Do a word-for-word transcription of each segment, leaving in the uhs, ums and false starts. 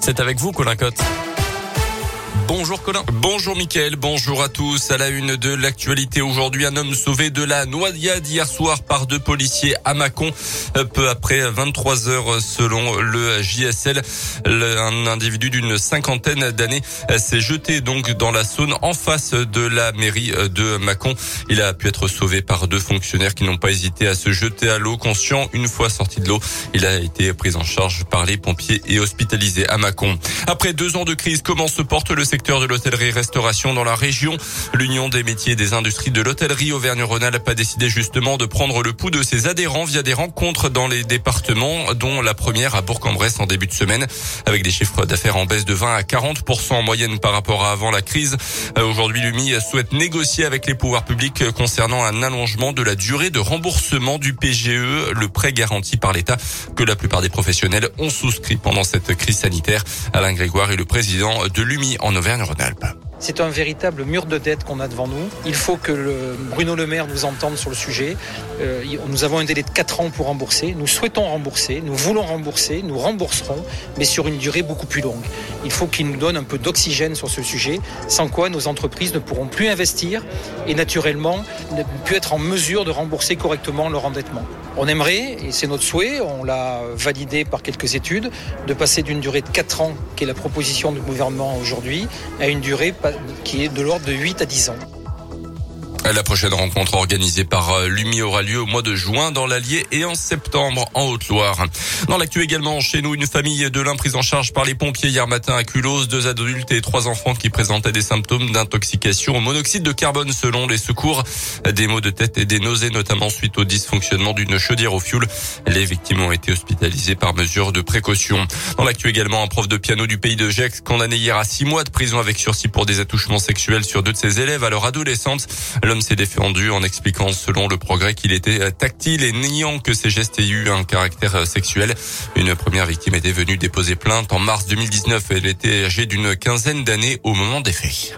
C'est avec vous, Colin Cotte. Bonjour Colin. Bonjour Mickaël, bonjour à tous. À la une de l'actualité aujourd'hui, un homme sauvé de la noyade hier soir par deux policiers à Mâcon. Peu après vingt-trois heures selon le J S L, un individu d'une cinquantaine d'années s'est jeté donc dans la Saône en face de la mairie de Mâcon. Il a pu être sauvé par deux fonctionnaires qui n'ont pas hésité à se jeter à l'eau. Conscient, une fois sorti de l'eau, il a été pris en charge par les pompiers et hospitalisé à Mâcon. Après deux ans de crise, comment se porte le secteur de l'hôtellerie-restauration dans la région? L'Union des métiers et des industries de l'hôtellerie Auvergne-Rhône-Alpes a décidé justement de prendre le pouls de ses adhérents via des rencontres dans les départements, dont la première à Bourg-en-Bresse en début de semaine, avec des chiffres d'affaires en baisse de vingt à quarante pour cent en moyenne par rapport à avant la crise. Aujourd'hui, l'U M I souhaite négocier avec les pouvoirs publics concernant un allongement de la durée de remboursement du P G E, le prêt garanti par l'État que la plupart des professionnels ont souscrit pendant cette crise sanitaire. Alain Grégoire est le président de l'U M I en Auvergne-Rhône-Alpes. C'est un véritable mur de dette qu'on a devant nous. Il faut que le Bruno Le Maire nous entende sur le sujet. Euh, nous avons un délai de quatre ans pour rembourser. Nous souhaitons rembourser, nous voulons rembourser, nous rembourserons, mais sur une durée beaucoup plus longue. Il faut qu'il nous donne un peu d'oxygène sur ce sujet, sans quoi nos entreprises ne pourront plus investir et naturellement ne plus être en mesure de rembourser correctement leur endettement. On aimerait, et c'est notre souhait, on l'a validé par quelques études, de passer d'une durée de quatre ans, qui est la proposition du gouvernement aujourd'hui, à une durée qui est de l'ordre de huit à dix ans. La prochaine rencontre organisée par l'U M I aura lieu au mois de juin dans l'Allier et en septembre en Haute-Loire. Dans l'actu également, chez nous, une famille de l'un prise en charge par les pompiers hier matin à Culose. Deux adultes et trois enfants qui présentaient des symptômes d'intoxication au monoxyde de carbone selon les secours. Des maux de tête et des nausées, notamment suite au dysfonctionnement d'une chaudière au fioul. Les victimes ont été hospitalisées par mesure de précaution. Dans l'actu également, un prof de piano du pays de Gex condamné hier à six mois de prison avec sursis pour des attouchements sexuels sur deux de ses élèves à leur adolescence. L'homme s'est défendu en expliquant selon le Progrès qu'il était tactile et niant que ces gestes aient eu un caractère sexuel. Une première victime était venue déposer plainte en mars deux mille dix-neuf. Elle était âgée d'une quinzaine d'années au moment des faits.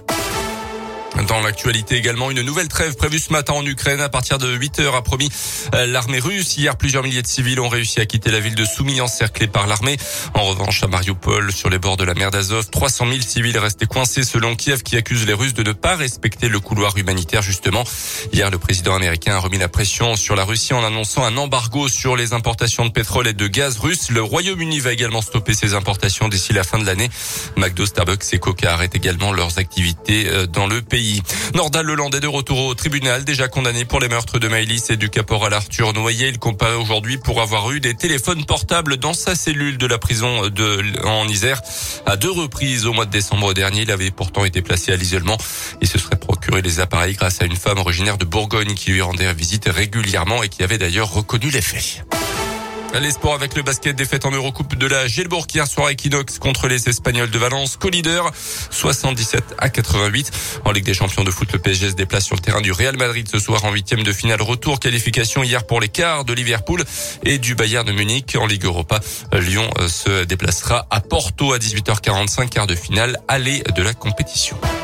Dans l'actualité également, une nouvelle trêve prévue ce matin en Ukraine à partir de huit heures, a promis l'armée russe. Hier, plusieurs milliers de civils ont réussi à quitter la ville de Soumy encerclée par l'armée. En revanche, à Mariupol, sur les bords de la mer d'Azov, trois cent mille civils restés coincés selon Kiev qui accuse les Russes de ne pas respecter le couloir humanitaire justement. Hier, le président américain a remis la pression sur la Russie en annonçant un embargo sur les importations de pétrole et de gaz russe. Le Royaume-Uni va également stopper ses importations d'ici la fin de l'année. McDo, Starbucks et Coca arrêtent également leurs activités dans le pays. Nordal Leland est de retour au tribunal, déjà condamné pour les meurtres de Maëlys et du caporal Arthur Noyer. Il comparaît aujourd'hui pour avoir eu des téléphones portables dans sa cellule de la prison de en Isère. À deux reprises au mois de décembre dernier, il avait pourtant été placé à l'isolement. Il se serait procuré les appareils grâce à une femme originaire de Bourgogne qui lui rendait visite régulièrement et qui avait d'ailleurs reconnu les faits. Les sports avec le basket, défaite en Eurocoupe de la Gielbourg hier soir à Equinox contre les Espagnols de Valence. Co-leader soixante-dix-sept à quatre-vingt-huit. En Ligue des Champions de foot, le P S G se déplace sur le terrain du Real Madrid ce soir en huitième de finale retour. Qualification hier pour les quarts de Liverpool et du Bayern de Munich. En Ligue Europa, Lyon se déplacera à Porto à dix-huit heures quarante-cinq, quart de finale aller de la compétition.